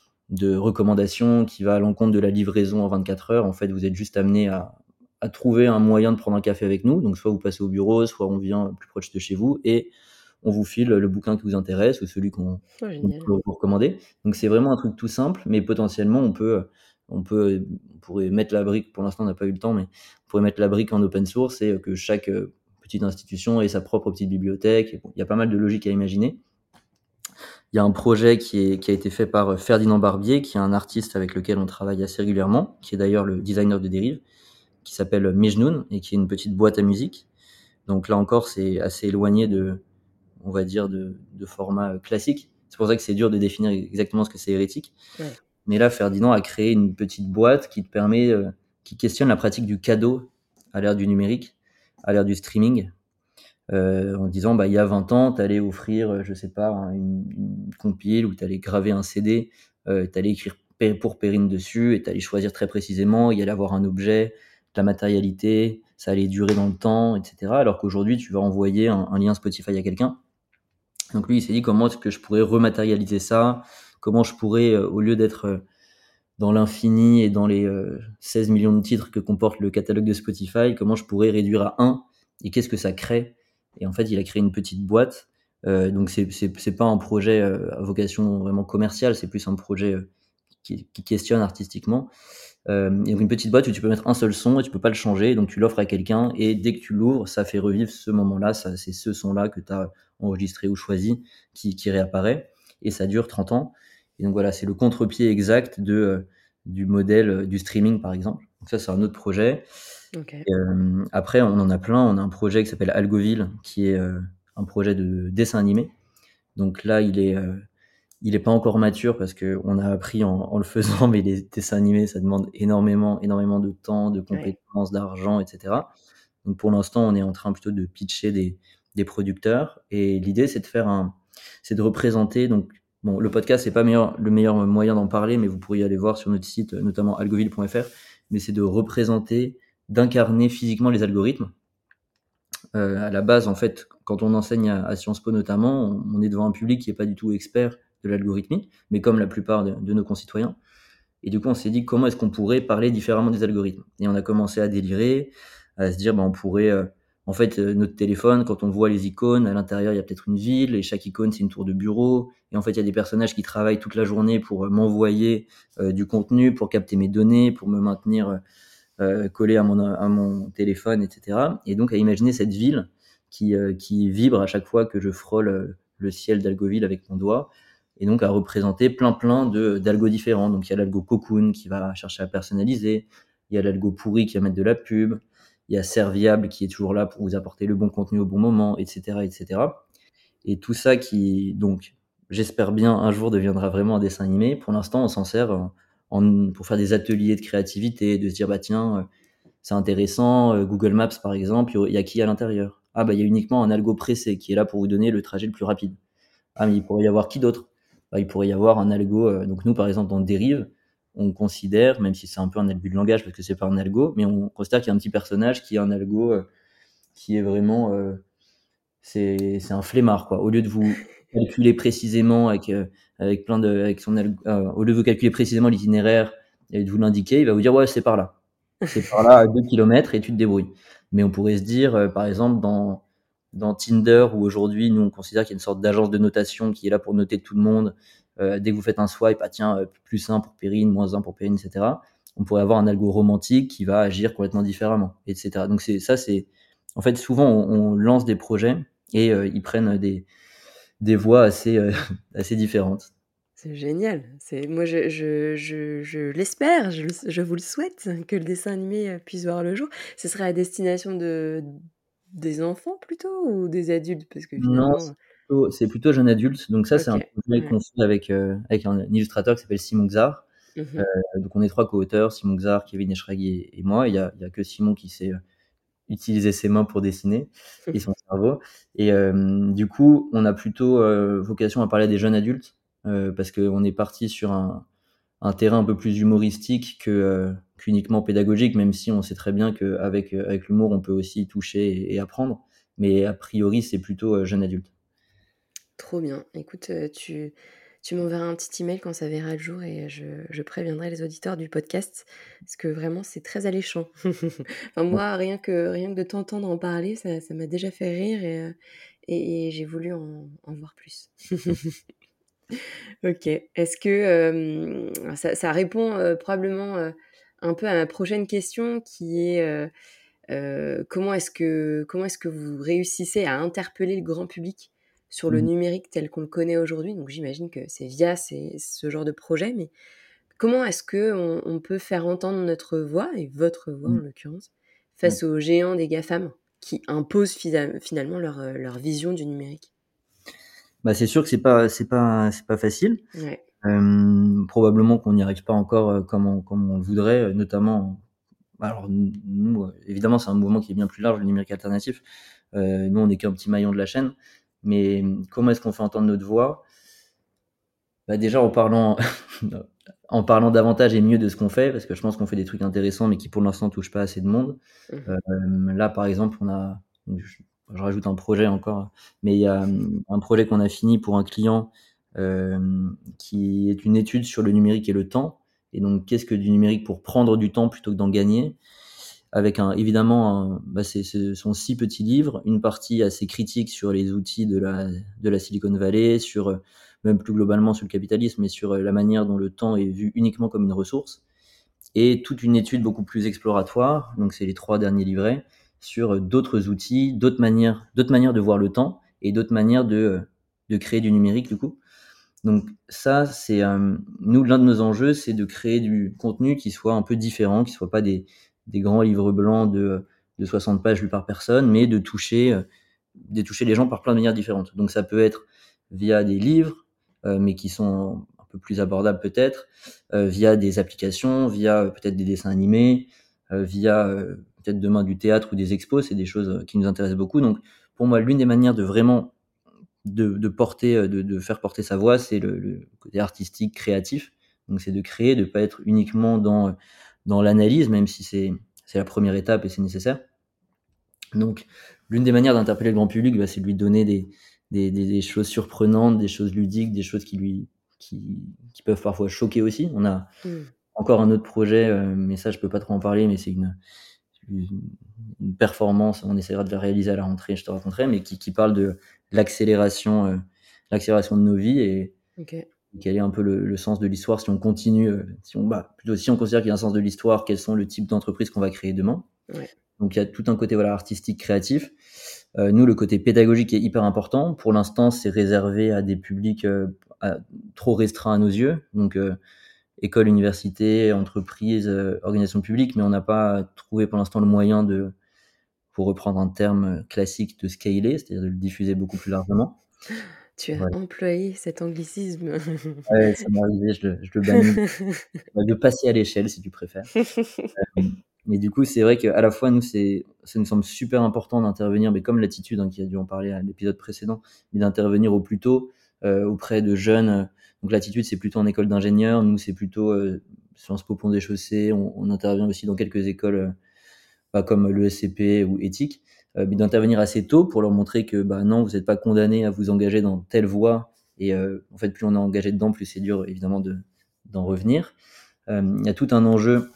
Speaker 2: de recommandations, qui va à l'encontre de la livraison en vingt-quatre heures. En fait, vous êtes juste amené à à trouver un moyen de prendre un café avec nous. Donc soit vous passez au bureau, soit on vient plus proche de chez vous et on vous file le bouquin qui vous intéresse ou celui qu'on
Speaker 1: Oh
Speaker 2: qu'on
Speaker 1: génial.
Speaker 2: peut vous recommander. Donc c'est vraiment un truc tout simple, mais potentiellement on peut, on peut, on pourrait mettre la brique, pour l'instant on n'a pas eu le temps, mais on pourrait mettre la brique en open source et que chaque, heu, petite institution ait sa propre petite bibliothèque. Et bon, il y a pas mal de logique à imaginer. Il y a un projet qui est qui a été fait par, heu, Ferdinand Barbier, qui est un artiste avec lequel on travaille assez régulièrement, qui est d'ailleurs le designer de Dérive, qui s'appelle Mejnoun et qui est une petite boîte à musique. Donc là encore, c'est assez éloigné de, on va dire, de de format, heu, classique. C'est pour ça que c'est dur de définir exactement ce que c'est hérétique.
Speaker 1: Ouais.
Speaker 2: Mais là, Ferdinand a créé une petite boîte qui te permet, heu, qui questionne la pratique du cadeau à l'ère du numérique, à l'ère du streaming. Heu, en disant, bah, il y a vingt ans, tu allais offrir, heu, je sais pas, un une une compile ou tu allais graver un C D, heu, tu allais écrire P pour Perrine dessus et tu allais choisir très précisément, il y allait avoir un objet, de la matérialité, ça allait durer dans le temps et cetera. Alors qu'aujourd'hui, tu vas envoyer un un lien Spotify à quelqu'un. Donc lui, il s'est dit: «Comment est-ce que je pourrais rematérialiser ça? Comment je pourrais, heu, au lieu d'être, heu, dans l'infini et dans les, heu, seize millions de titres que comporte le catalogue de Spotify, comment je pourrais réduire à un et qu'est-ce que ça crée?» Et en fait, il a créé une petite boîte, heu, donc c'est c'est c'est pas un projet, heu, à vocation vraiment commerciale, c'est plus un projet, heu, qui qui questionne artistiquement. Hem, et donc une petite boîte où tu peux mettre un seul son et tu peux pas le changer, donc tu l'offres à quelqu'un et dès que tu l'ouvres, ça fait revivre ce moment-là, ça c'est ce son-là que tu as enregistré ou choisi qui qui réapparaît et ça dure trente ans. Et donc voilà, c'est le contre-pied exact de, heu, du modèle, heu, du streaming, par exemple. Donc ça, c'est un autre projet.
Speaker 1: OK.
Speaker 2: Et hem, après, on en a plein. On a un projet qui s'appelle Algoville, qui est, heu, un projet de dessin animé. Donc là, il est, heu, il est pas encore mature parce qu'on a appris en en le faisant, mais les dessins animés, ça demande énormément, énormément de temps, de
Speaker 1: Ouais.
Speaker 2: compétences, d'argent et cetera. Donc pour l'instant, on est en train plutôt de pitcher des des producteurs et l'idée, c'est de faire un c'est de représenter donc bon, le podcast, c'est pas meilleur le meilleur moyen d'en parler, mais vous pourriez aller voir sur notre site, notamment algoville point f r, mais c'est de représenter, d'incarner physiquement les algorithmes. Heu, à la base, en fait, quand on enseigne à à Sciences Po notamment, on on est devant un public qui est pas du tout expert de l'algorithmie, mais comme la plupart de de nos concitoyens. Et du coup, on s'est dit: «Comment est-ce qu'on pourrait parler différemment des algorithmes?» Et on a commencé à délirer, à se dire: «Bah, on pourrait, heu, en fait, heu, notre téléphone, quand on voit les icônes, à l'intérieur, il y a peut-être une ville et chaque icône, c'est une tour de bureau et en fait, il y a des personnages qui travaillent toute la journée pour, heu, m'envoyer, heu, du contenu, pour capter mes données, pour me maintenir, heu heu, collé à mon à mon téléphone et cetera». Et donc à imaginer cette ville qui, heu, qui vibre à chaque fois que je frôle, heu, le ciel d'Algoville avec mon doigt et donc à représenter plein, plein de d'algos différents. Donc il y a l'algo Cocoon qui va chercher à personnaliser, il y a l'algo pourri qui va mettre de la pub, il y a Serviable qui est toujours là pour vous apporter le bon contenu au bon moment, et cetera, et cetera. Et tout ça qui, donc, j'espère bien un jour deviendra vraiment un dessin animé. Pour l'instant, on s'en sert en, en- pour faire des ateliers de créativité, de se dire, bah tiens, euh, c'est intéressant, euh, Google Maps par exemple, il y a qui à l'intérieur? Ah bah il y a uniquement un algo pressé qui est là pour vous donner le trajet le plus rapide. Ah mais il pourrait y avoir qui d'autre? Bah, il pourrait y avoir un algo, euh, donc nous par exemple dans Dérive, on considère, même si c'est un peu un abus de langage parce que c'est pas un algo, mais on considère qu'il y a un petit personnage qui est un algo euh, qui est vraiment euh, c'est c'est un flemmard, quoi. Au lieu de vous calculer précisément avec, heu, avec plein de avec son alg heu, au lieu de vous calculer précisément l'itinéraire et de vous l'indiquer, il va vous dire: «Ouais, c'est par là. C'est par là à deux kilomètres et tu te débrouilles». Mais on pourrait se dire, heu, par exemple dans dans Tinder où aujourd'hui nous on considère qu'il y a une sorte d'agence de notation qui est là pour noter tout le monde, heu, dès que vous faites un swipe, ah tiens, heu, plus un pour Perrine, moins un pour Perrine et cetera. On pourrait avoir un algo romantique qui va agir complètement différemment et cetera. Donc c'est ça, c'est en fait souvent on on lance des projets et euh, ils prennent des, des voies assez, euh, assez différentes.
Speaker 1: C'est génial. C'est moi je je je je l'espère, je le je vous le souhaite que le dessin animé, heu, puisse voir le jour. Ce serait à destination de des enfants plutôt ou des adultes? Parce que
Speaker 2: Non,
Speaker 1: finalement,
Speaker 2: c'est plutôt c'est plutôt jeune adulte. Donc ça, c'est
Speaker 1: OK,
Speaker 2: un projet qu'on
Speaker 1: ouais.
Speaker 2: fait avec, heu, avec un illustrateur qui s'appelle Simon Xar. Heu,
Speaker 1: Mmh.
Speaker 2: donc on est trois co-auteurs, Simon Xar, Kevin Eshraghi et et moi. Il y a il y a que Simon qui sait, heu, utiliser ses mains pour dessiner et son cerveau et hem, du coup, on a plutôt, heu, vocation à parler à des jeunes adultes, heu, parce qu'on est parti sur un un terrain un peu plus humoristique que, heu, qu'uniquement pédagogique, même si on sait très bien qu'avec, heu, avec l'humour, on peut aussi toucher et et apprendre. Mais a priori, c'est plutôt, heu, jeune adulte.
Speaker 1: Trop bien. Écoute, heu, tu tu m'enverras un petit email quand ça verra le jour et je je préviendrai les auditeurs du podcast parce que vraiment c'est très alléchant. Enfin
Speaker 2: Ouais.
Speaker 1: moi, rien que rien que de t'entendre en parler, ça ça m'a déjà fait rire et heu et et j'ai voulu en en voir plus. OK. Est-ce que, hem, ça ça répond, heu, probablement, heu, un peu à ma prochaine question qui est, heu heu, comment est-ce que comment est-ce que vous réussissez à interpeller le grand public sur le
Speaker 2: Mmh.
Speaker 1: numérique tel qu'on le connaît aujourd'hui? Donc j'imagine que c'est via ces ce genre de projet, mais comment est-ce qu'on on peut faire entendre notre voix et votre voix en
Speaker 2: Mmh.
Speaker 1: l'occurrence,
Speaker 2: Ouais.
Speaker 1: face aux géants des GAFAM qui imposent fisa finalement leur, heu, leur vision du numérique?
Speaker 2: Bah, c'est sûr que c'est pas c'est pas c'est pas facile.
Speaker 1: Ouais.
Speaker 2: Hem, probablement qu'on n'y arrive pas encore, heu, comme on comme on le voudrait, heu, notamment bah, alors n nous, heu, évidemment, c'est un mouvement qui est bien plus large, le numérique alternatif. Heu, nous, on n'est qu'un petit maillon de la chaîne. Mais, mmh, comment est-ce qu'on fait entendre notre voix? Bah, déjà en parlant en parlant davantage et mieux de ce qu'on fait, parce que je pense qu'on fait des trucs intéressants, mais qui pour l'instant touchent pas assez de monde.
Speaker 1: Mmh.
Speaker 2: Hem, là, par exemple, on a je je rajoute un projet encore, mais il y a, mmh, un projet qu'on a fini pour un client, hem, qui est une étude sur le numérique et le temps et donc qu'est-ce que du numérique pour prendre du temps plutôt que d'en gagner? Avec un évidemment un bah, c'est ce sont six petits livres, une partie assez critique sur les outils de la de la Silicon Valley, sur, heu, même plus globalement sur le capitalisme et sur, heu, la manière dont le temps est vu uniquement comme une ressource et toute une étude beaucoup plus exploratoire, donc c'est les trois derniers livrets, sur, heu, d'autres outils, d'autres manières d'autres manières de voir le temps et d'autres manières de, heu, de créer du numérique du coup. Donc ça, c'est, hem, nous, l'un de nos enjeux, c'est de créer du contenu qui soit un peu différent, qui soit pas des des grands livres blancs de, heu, de soixante pages lus par personne, mais de toucher, heu, de toucher les gens par plein de manières différentes. Donc ça peut être via des livres, heu, mais qui sont un peu plus abordables peut-être, heu, via des applications, via, heu, peut-être des dessins animés, heu, via, heu, peut-être demain du théâtre ou des expos. C'est des choses, heu, qui nous intéressent beaucoup. Donc pour moi, l'une des manières de vraiment de de porter, heu, de de faire porter sa voix, c'est le le côté artistique, créatif. Donc c'est de créer, de pas être uniquement dans, heu, dans l'analyse, même si c'est c'est la première étape et c'est nécessaire. Donc l'une des manières d'interpeller le grand public, bah, c'est de lui donner des des des des choses surprenantes, des choses ludiques, des choses qui lui qui qui peuvent parfois choquer aussi. On a
Speaker 1: Mmh.
Speaker 2: encore un autre projet, heu, mais ça je peux pas trop en parler, mais c'est une une une performance, on essaiera de la réaliser à la rentrée, je te raconterai, mais qui qui parle de l'accélération, heu, l'accélération de nos vies et
Speaker 1: OK.
Speaker 2: quel est un peu le le sens de l'histoire si on continue, heu, si on bah, plutôt si on considère qu'il y a un sens de l'histoire, quels sont le type d'entreprise qu'on va créer demain?
Speaker 1: Ouais.
Speaker 2: Donc il y a tout un côté, voilà, artistique, créatif. Heu, nous, le côté pédagogique est hyper important. Pour l'instant, c'est réservé à des publics, heu, à trop restreints à nos yeux, donc heu, écoles, universités, entreprises, heu, organisations publiques, mais on n'a pas trouvé pour l'instant le moyen de pour reprendre un terme, classique, de scaler, c'est-à-dire de le diffuser beaucoup plus largement.
Speaker 1: Tu as
Speaker 2: Voilà.
Speaker 1: employé cet anglicisme.
Speaker 2: Ouais, ça m'est arrivé, je le je le bannis, bah, de passer à l'échelle si tu préfères. Hem, mais du coup, c'est vrai qu'à la fois nous, c'est ça nous semble super important d'intervenir, mais comme l'attitude, hein, qui a dû en parler à l'épisode précédent, mais d'intervenir au plus tôt, heu, auprès de jeunes, heu, donc l'attitude, c'est plutôt en école d'ingénieur, nous, c'est plutôt, heu, Sciences Po Pont des Chaussées, on on intervient aussi dans quelques écoles, heu, bah, comme l'E S C P ou éthique, heu, mais d'intervenir assez tôt pour leur montrer que, bah, non, vous êtes pas condamnés à vous engager dans telle voie et heu, en fait, plus on est engagé dedans, plus c'est dur évidemment de d'en revenir. Hem, il y a tout un enjeu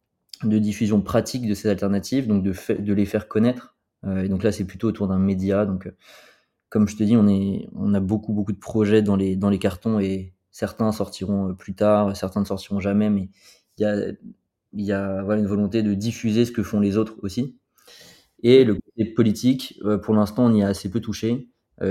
Speaker 2: de diffusion pratique de ces alternatives, donc de fai de les faire connaître, heu et donc là, c'est plutôt autour d'un média, donc heu, comme je te dis, on est on a beaucoup, beaucoup de projets dans les dans les cartons et certains sortiront, heu, plus tard, certains ne sortiront jamais, mais il y a il y a, voilà, une volonté de diffuser ce que font les autres aussi et le
Speaker 1: Ouais.
Speaker 2: côté politique, heu, pour l'instant, on y a assez peu touché,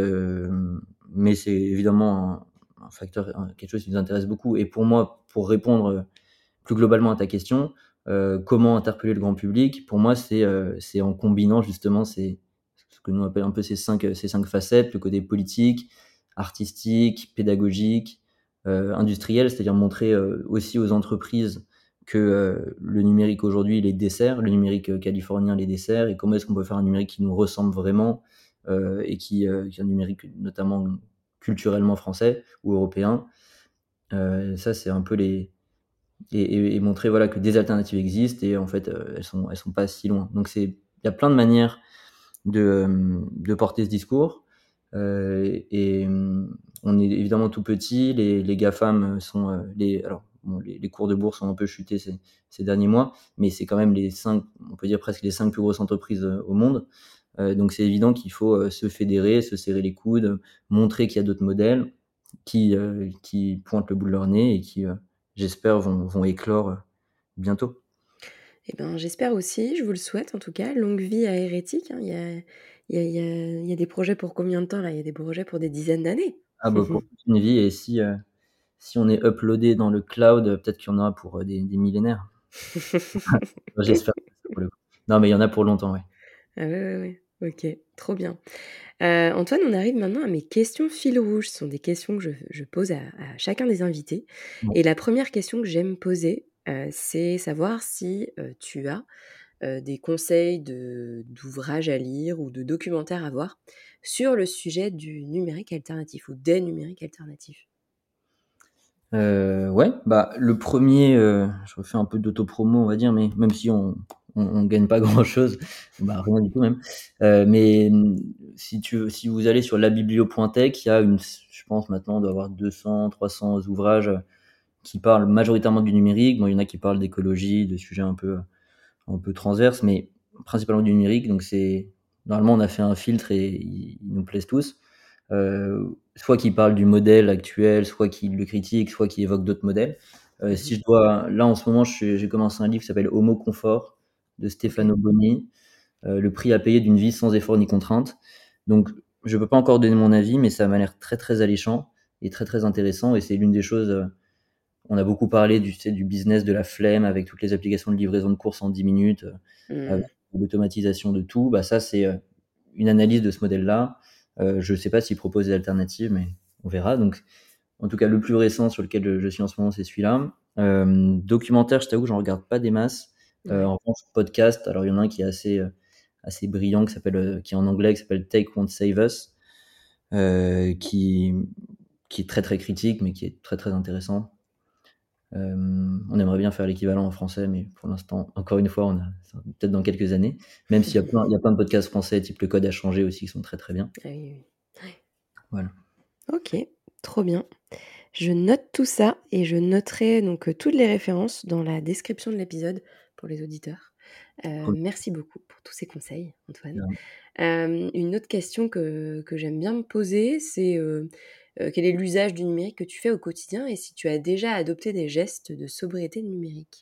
Speaker 2: hem, mais c'est évidemment un un facteur, un quelque chose qui nous intéresse beaucoup et pour moi, pour répondre, plus globalement à ta question, heu, comment interpeller le grand public? Pour moi, c'est, heu, c'est en combinant justement ces ce que nous on appelle un peu ces cinq, ces cinq facettes, le côté politique, artistique, pédagogique, euh, industriel, c'est-à-dire montrer euh, aussi aux entreprises que euh, le numérique aujourd'hui les dessert, le numérique euh, californien les dessert, et comment est-ce qu'on peut faire un numérique qui nous ressemble vraiment euh, et qui, euh, qui est un numérique notamment culturellement français ou européen. Euh, ça, c'est un peu les et, et, et montrer voilà que des alternatives existent et en fait euh, elles sont elles sont pas si loin. Donc c'est il y a plein de manières de euh, de porter ce discours. Euh, et euh, on est évidemment tout petit, les, les GAFAM sont euh, les alors bon, les, les cours de bourse ont un peu chuté ces, ces derniers mois, mais c'est quand même les cinq, on peut dire presque les cinq plus grosses entreprises euh, au monde. Euh, donc c'est évident qu'il faut euh, se fédérer, se serrer les coudes, montrer qu'il y a d'autres modèles qui euh, qui pointent le bout de leur nez et qui, euh, j'espère, vont vont éclore euh, bientôt.
Speaker 1: Eh ben, j'espère aussi, je vous le souhaite en tout cas. Longue vie à Hérétique, hein. Il y a, il y a, il y a, il y a des projets pour combien de temps là? Il y a des projets pour des dizaines d'années.
Speaker 2: Ah bah pour toute une vie, et si euh, si on est uploadé dans le cloud, euh, peut-être qu'il y en aura pour euh, des, des millénaires. J'espère. Pour le coup. Non, mais il y en a pour longtemps, ouais.
Speaker 1: Ah ouais, ouais, ouais. Ok, trop bien. Euh, Antoine, on arrive maintenant à mes questions fil rouge. Ce sont des questions que je, je pose à, à chacun des invités.
Speaker 2: Bon.
Speaker 1: Et la première question que j'aime poser, euh, c'est savoir si euh, tu as euh, des conseils de, d'ouvrages à lire ou de documentaires à voir sur le sujet du numérique alternatif ou des numériques alternatifs.
Speaker 2: Euh, ouais, bah le premier, euh, je refais un peu d'autopromo, on va dire, mais même si on on, on gagne pas grand-chose, bah rien du tout même. Euh, mais mm, si tu si vous allez sur labiblio point tech, il y a une, je pense maintenant on doit avoir deux cents, trois cents ouvrages qui parlent majoritairement du numérique. Bon, il y en a qui parlent d'écologie, de sujets un peu un peu transverses, mais principalement du numérique. Donc c'est normalement on a fait un filtre et ils, ils nous plaisent tous. Euh, soit qui parle du modèle actuel, soit qui le critique, soit qui évoque d'autres modèles. Euh,
Speaker 1: Mhm.
Speaker 2: si je dois, là en ce moment, j'ai commencé un livre qui s'appelle Homo Confort de
Speaker 1: Ok.
Speaker 2: Stefano Boni, euh, le prix à payer d'une vie sans effort ni contrainte. Donc, je peux pas encore donner mon avis, mais ça m'a l'air très très alléchant et très très intéressant. Et c'est l'une des choses. Euh, on a beaucoup parlé du, tu sais, du business de la flemme avec toutes les applications de livraison de courses en dix minutes, euh, avec
Speaker 1: Hmm.
Speaker 2: l'automatisation de tout. Bah ça, c'est euh, une analyse de ce modèle-là. Euh, je sais pas s'il propose des alternatives, mais on verra. Donc, en tout cas, le plus récent sur lequel je, je suis en ce moment, c'est celui-là. Euh, documentaire, je t'avoue, j'en regarde pas des masses. Euh,
Speaker 1: Ouais.
Speaker 2: en revanche, podcast, alors il y en a un qui est assez, euh, assez brillant, qui s'appelle, euh, qui est en anglais, qui s'appelle Take Won't Save Us, euh, qui, qui est très très critique, mais qui est très très intéressant. Euh, on aimerait bien faire l'équivalent en français, mais pour l'instant, encore une fois, on a peut-être dans quelques années. Même s'il y a plein, il y a plein de podcasts français, type Le Code a changé aussi, qui sont très très bien.
Speaker 1: Ah oui, oui. Ouais.
Speaker 2: Voilà.
Speaker 1: Ok, trop bien. Je note tout ça et je noterai donc euh, toutes les références dans la description de l'épisode pour les auditeurs. Euh,
Speaker 2: Cool.
Speaker 1: merci beaucoup pour tous ces conseils, Antoine. Euh, une autre question que, que j'aime bien me poser, c'est euh, euh, quel est l'usage du numérique que tu fais au quotidien et si tu as déjà adopté des gestes de sobriété numérique.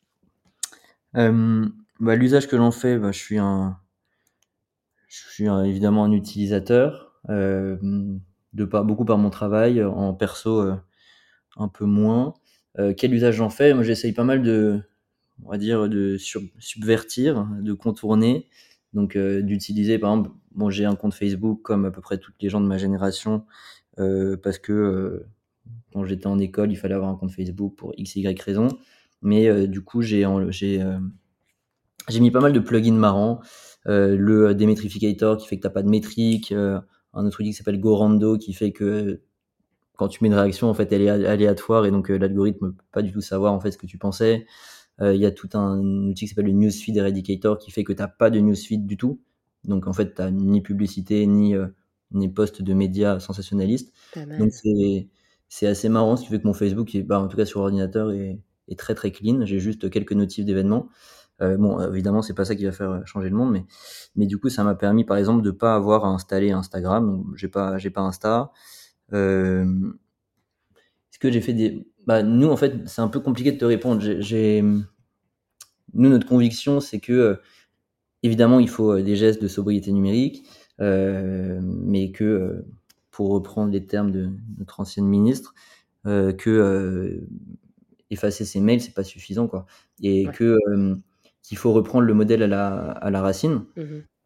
Speaker 2: Euh, bah, l'usage que j'en fais, bah, je suis un, je suis un- évidemment un utilisateur, euh, de par, beaucoup par mon travail, en perso, euh, un peu moins. Euh, quel usage j'en fais? Moi, j'essaye pas mal de, on va dire, de sur- subvertir, de contourner, donc euh, d'utiliser, par exemple, bon, j'ai un compte Facebook comme à peu près toutes les gens de ma génération, euh, parce que euh, quand j'étais en école, il fallait avoir un compte Facebook pour X, Y raison, mais euh, du coup, j'ai en- j'ai euh, j'ai mis pas mal de plugins marrants, euh, le Demetrificator qui fait que t'as pas de métrique, euh, un autre outil qui s'appelle Gorando qui fait que quand tu mets une réaction, en fait, elle est aléatoire et donc euh, l'algorithme peut pas du tout savoir en fait ce que tu pensais. Euh, Il y a tout un outil qui s'appelle le Newsfeed Eradicator qui fait que t'as pas de newsfeed du tout. Donc en fait, t'as ni publicité ni euh, ni post de médias sensationnalistes.
Speaker 1: Pas
Speaker 2: Donc
Speaker 1: mal.
Speaker 2: c'est c'est assez marrant, ce qui fait que mon Facebook, est, bah, en tout cas sur ordinateur, est, est très très clean. J'ai juste quelques notifs d'événements. Euh, bon, évidemment, c'est pas ça qui va faire changer le monde, mais mais du coup, ça m'a permis, par exemple, de pas avoir à installer Instagram. Donc, j'ai pas j'ai pas Insta. Euh, Est-ce que j'ai fait des... Bah, nous, en fait, c'est un peu compliqué de te répondre. J'ai, j'ai- Nous, notre conviction, c'est que, euh, évidemment, il faut euh, des gestes de sobriété numérique, euh, mais que, euh, pour reprendre les termes de notre ancienne ministre, euh, que euh, effacer ses mails, c'est pas suffisant, quoi. Et
Speaker 1: Ouais.
Speaker 2: que euh, qu'il faut reprendre le modèle à la, à la racine.
Speaker 1: Mhm.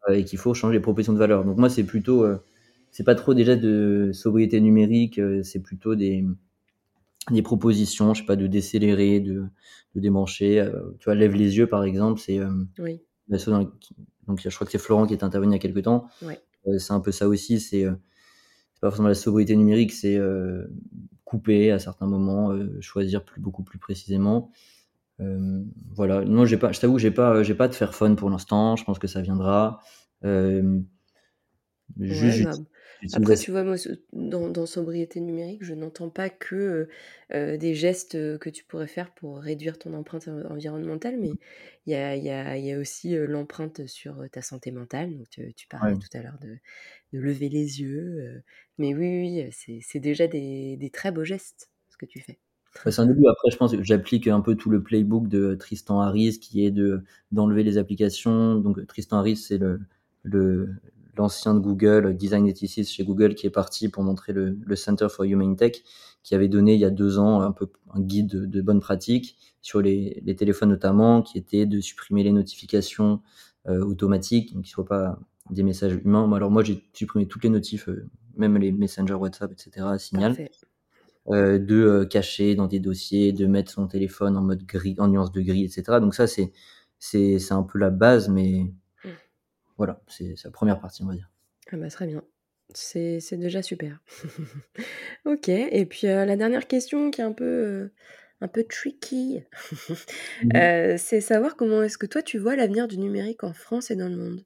Speaker 2: euh, et qu'il faut changer les propositions de valeur. Donc moi, c'est plutôt, euh, c'est pas trop déjà de sobriété numérique, euh, c'est plutôt des, des propositions, je sais pas, de décélérer, de, de démancher. Euh, tu vois, lève les yeux, par exemple, c'est euh,
Speaker 1: Oui,
Speaker 2: la chose dans- donc je crois que c'est Florent qui est intervenu il y a quelques temps.
Speaker 1: ouais.
Speaker 2: Euh, c'est un peu ça aussi, c'est euh, c'est pas forcément la sobriété numérique, c'est euh, couper à certains moments, euh, choisir plus, beaucoup plus précisément. Euh, voilà. Non, j'ai pas, je t'avoue, j'ai pas, j'ai pas de Fairphone pour l'instant. Je pense que ça viendra. Euh, juste,
Speaker 1: Ouais, bah,
Speaker 2: j'utilise j'utilise
Speaker 1: après,
Speaker 2: assez.
Speaker 1: tu vois, moi, ce- dans, dans sobriété numérique, je n'entends pas que euh, euh, des gestes euh, que tu pourrais faire pour réduire ton empreinte en- environnementale, mais il y a, il y a- il y a aussi euh, l'empreinte sur euh, ta santé mentale. Donc, tu, tu parlais
Speaker 2: Ouais.
Speaker 1: tout à l'heure de, de lever les yeux. euh, mais oui, oui, oui, c'est, c'est déjà des, des très beaux gestes, ce que tu fais.
Speaker 2: Bah, c'est un début. Après, je pense que j'applique un peu tout le playbook de Tristan Harris, qui est de d'enlever les applications. Donc, Tristan Harris, c'est le le l'ancien de Google, design ethicist chez Google, qui est parti pour montrer le, le Center for Human Tech, qui avait donné il y a deux ans un peu un guide de, de bonnes pratiques sur les, les téléphones notamment, qui était de supprimer les notifications euh, automatiques, donc qu'il ne soit pas des messages humains. Alors moi, j'ai supprimé toutes les notifs, euh, même les messengers WhatsApp, et cetera, Signal,
Speaker 1: Parfait.
Speaker 2: euh, de euh, cacher dans des dossiers, de mettre son téléphone en mode gris, en nuance de gris, et cetera. Donc ça, c'est c'est c'est un peu la base, mais
Speaker 1: Mm.
Speaker 2: voilà, c'est c'est la première partie, on va dire.
Speaker 1: Ah bah, très bien. C'est, c'est déjà super. Ok, et puis euh, la dernière question qui est un peu, euh, un peu tricky,
Speaker 2: Mhm.
Speaker 1: euh, c'est savoir comment est-ce que toi tu vois l'avenir du numérique en France et dans le monde.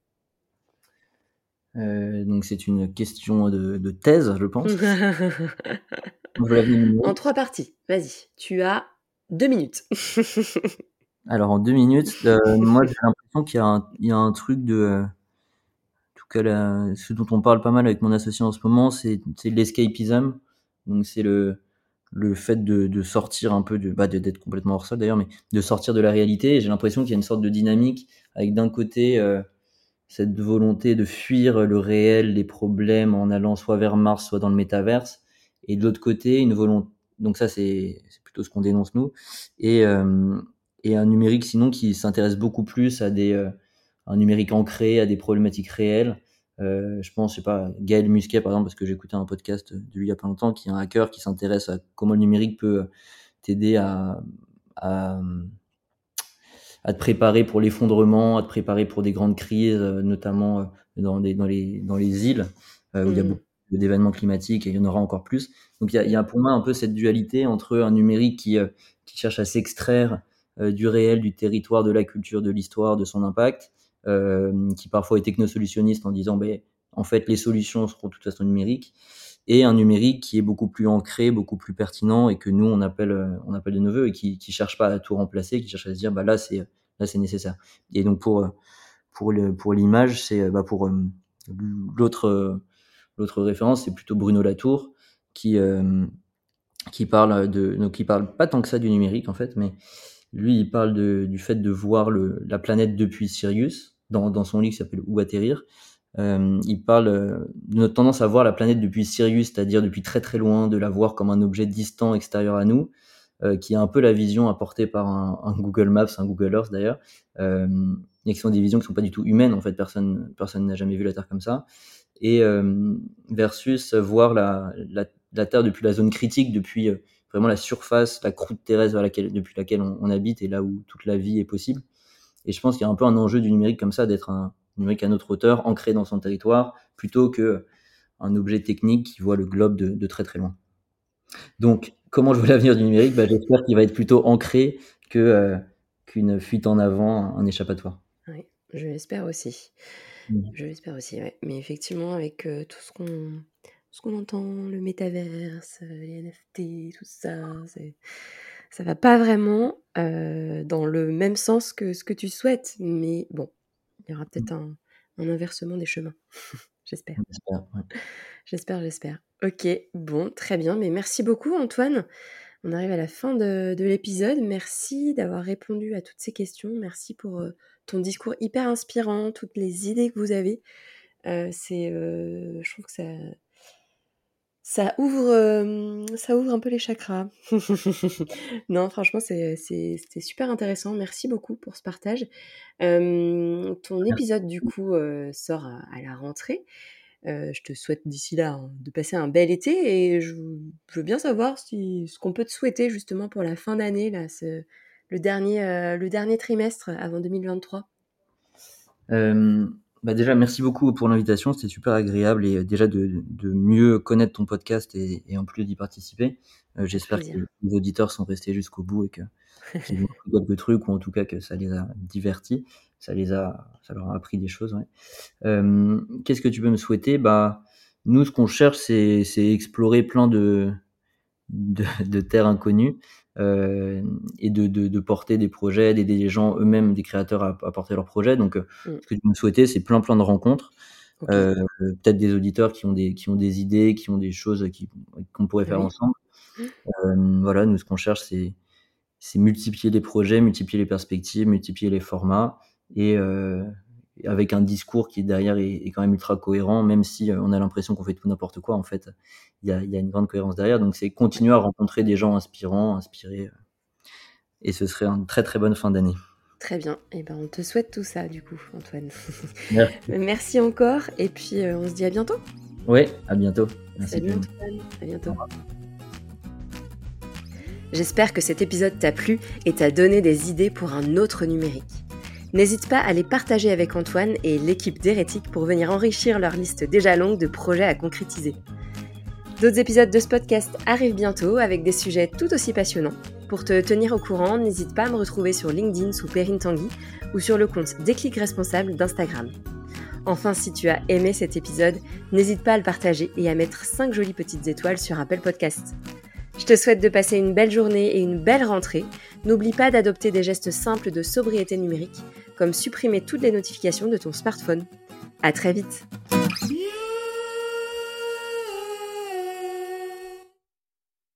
Speaker 2: Euh, donc c'est une question de, de thèse, je pense. Moi, je vois l'avenir
Speaker 1: En
Speaker 2: numérique.
Speaker 1: trois parties, vas-y, tu as deux minutes.
Speaker 2: Alors en deux minutes, euh, moi j'ai l'impression qu'il y a un, il y a un truc de, euh, en tout cas là, ce dont on parle pas mal avec mon associé en ce moment, c'est c'est l'escapism. Donc c'est le le fait de, de sortir un peu de, bah, de- d'être complètement hors sol d'ailleurs, mais de sortir de la réalité. Et j'ai l'impression qu'il y a une sorte de dynamique avec d'un côté euh, cette volonté de fuir le réel, les problèmes en allant soit vers Mars, soit dans le métaverse, et de l'autre côté une volonté. Donc ça c'est c'est plutôt ce qu'on dénonce nous, et euh, et un numérique sinon qui s'intéresse beaucoup plus à des euh, un numérique ancré, à des problématiques réelles. Euh, je pense, je sais pas, Gaël Musquet par exemple, parce que j'ai écouté un podcast de lui il y a pas longtemps, qui est un hacker qui s'intéresse à comment le numérique peut t'aider à, à, à te préparer pour l'effondrement, à te préparer pour des grandes crises, euh, notamment euh, dans, des, dans, les, dans les îles, euh, où il y a
Speaker 1: Hmm,
Speaker 2: beaucoup d'événements climatiques et il y en aura encore plus. Donc il y a, il y a pour moi un peu cette dualité entre un numérique qui, euh, qui cherche à s'extraire euh, du réel, du territoire, de la culture, de l'histoire, de son impact, euh, qui parfois est technosolutionniste en disant ben, en fait les solutions seront de toute façon numériques, et un numérique qui est beaucoup plus ancré, beaucoup plus pertinent et que nous on appelle euh, on appelle de nos voeux, et qui qui cherche pas à tout remplacer, qui cherche à se dire bah là c'est là c'est nécessaire. Et donc pour euh, pour le pour l'image, c'est euh, bah pour euh, l'autre euh, l'autre référence, c'est plutôt Bruno Latour qui euh, qui parle de donc qui parle pas tant que ça du numérique en fait, mais lui il parle de du fait de voir le la planète depuis Sirius dans dans son livre qui s'appelle Où atterrir. Euh, il parle euh, de notre tendance à voir la planète depuis Sirius, c'est-à-dire depuis très très loin, de la voir comme un objet distant extérieur à nous, euh, qui est un peu la vision apportée par un, un Google Maps, un Google Earth d'ailleurs, euh, et qui sont des visions qui sont pas du tout humaines en fait. Personne personne n'a jamais vu la Terre comme ça. Et euh, versus voir la, la, la Terre depuis la zone critique, depuis euh, vraiment la surface, la croûte terrestre vers laquelle, depuis laquelle on, on habite et là où toute la vie est possible. Et je pense qu'il y a un peu un enjeu du numérique comme ça, d'être un numérique à notre hauteur, ancré dans son territoire, plutôt que un objet technique qui voit le globe de, de très très loin. Donc, comment je vois l'avenir du numérique? Bah, j'espère qu'il va être plutôt ancré que euh, qu'une fuite en avant, un échappatoire.
Speaker 1: oui, je l'espère aussi.
Speaker 2: Mm.
Speaker 1: Je l'espère aussi, ouais. Mais effectivement, avec euh, tout ce qu'on ce qu'on entend, le métaverse, euh, les N F T, tout ça, c'est ça va pas vraiment euh, dans le même sens que ce que tu souhaites. Mais bon, il y aura peut-être un, un inversement des chemins. J'espère.
Speaker 2: J'espère, ouais.
Speaker 1: J'espère, j'espère. Ok, bon, très bien. Mais merci beaucoup, Antoine. On arrive à la fin de, de l'épisode. Merci d'avoir répondu à toutes ces questions. Merci pour euh, ton discours hyper inspirant, toutes les idées que vous avez. Euh, c'est, euh, je trouve que ça, Ça ouvre, euh, ça ouvre un peu les chakras. Non, franchement, c'est, c'est, c'était super intéressant. Merci beaucoup pour ce partage. Euh, ton épisode, du coup, euh, sort à, à la rentrée. Euh, je te souhaite d'ici là hein, de passer un bel été et je, je veux bien savoir si, ce qu'on peut te souhaiter justement pour la fin d'année, là, ce, le, dernier, euh, le dernier trimestre avant deux mille vingt-trois.
Speaker 2: Euh, bah déjà, merci beaucoup pour l'invitation. C'était super agréable et euh, déjà de, de mieux connaître ton podcast et, et en plus d'y participer. Euh,
Speaker 1: Avec
Speaker 2: j'espère que
Speaker 1: plaisir.
Speaker 2: les auditeurs sont restés jusqu'au bout et que qu'ils ont appris quelques trucs ou en tout cas que ça les a divertis. Ça les a, ça leur a appris des choses. Ouais. Euh, qu'est-ce que tu peux me souhaiter? Bah, nous, ce qu'on cherche, c'est, c'est explorer plein de, de, de terres inconnues euh, et de, de, de porter des projets, d'aider les gens eux-mêmes, des créateurs à, à porter leurs projets. Donc, euh,
Speaker 1: Mm.
Speaker 2: ce que je me souhaitais, c'est plein plein de rencontres.
Speaker 1: Ok.
Speaker 2: Euh, peut-être des auditeurs qui ont des, qui ont des idées, qui ont des choses qui, qu'on pourrait faire
Speaker 1: Oui.
Speaker 2: ensemble. Euh, voilà, nous, ce qu'on cherche, c'est, c'est multiplier les projets, multiplier les perspectives, multiplier les formats et euh, avec un discours qui derrière est, est quand même ultra cohérent, même si euh, on a l'impression qu'on fait tout n'importe quoi. En fait, il y a, il y a une grande cohérence derrière. Donc, c'est
Speaker 1: Ouais.
Speaker 2: continuer à rencontrer des gens inspirants, inspirés, euh, et ce serait une très très bonne fin d'année.
Speaker 1: Très bien. Et ben, on te souhaite tout ça, du coup, Antoine.
Speaker 2: Merci.
Speaker 1: Merci encore. Et puis, euh, on se dit à bientôt.
Speaker 2: Ouais, à bientôt. Merci.
Speaker 1: Salut Antoine. À bientôt. J'espère que cet épisode t'a plu et t'a donné des idées pour un autre numérique. N'hésite pas à les partager avec Antoine et l'équipe d'Hérétique pour venir enrichir leur liste déjà longue de projets à concrétiser. D'autres épisodes de ce podcast arrivent bientôt avec des sujets tout aussi passionnants. Pour te tenir au courant, n'hésite pas à me retrouver sur LinkedIn sous Perrine Tanguy ou sur le compte Déclic Responsable d'Instagram. Enfin, si tu as aimé cet épisode, n'hésite pas à le partager et à mettre cinq jolies petites étoiles sur Apple Podcast. Je te souhaite de passer une belle journée et une belle rentrée. N'oublie pas d'adopter des gestes simples de sobriété numérique, comme supprimer toutes les notifications de ton smartphone. À très vite.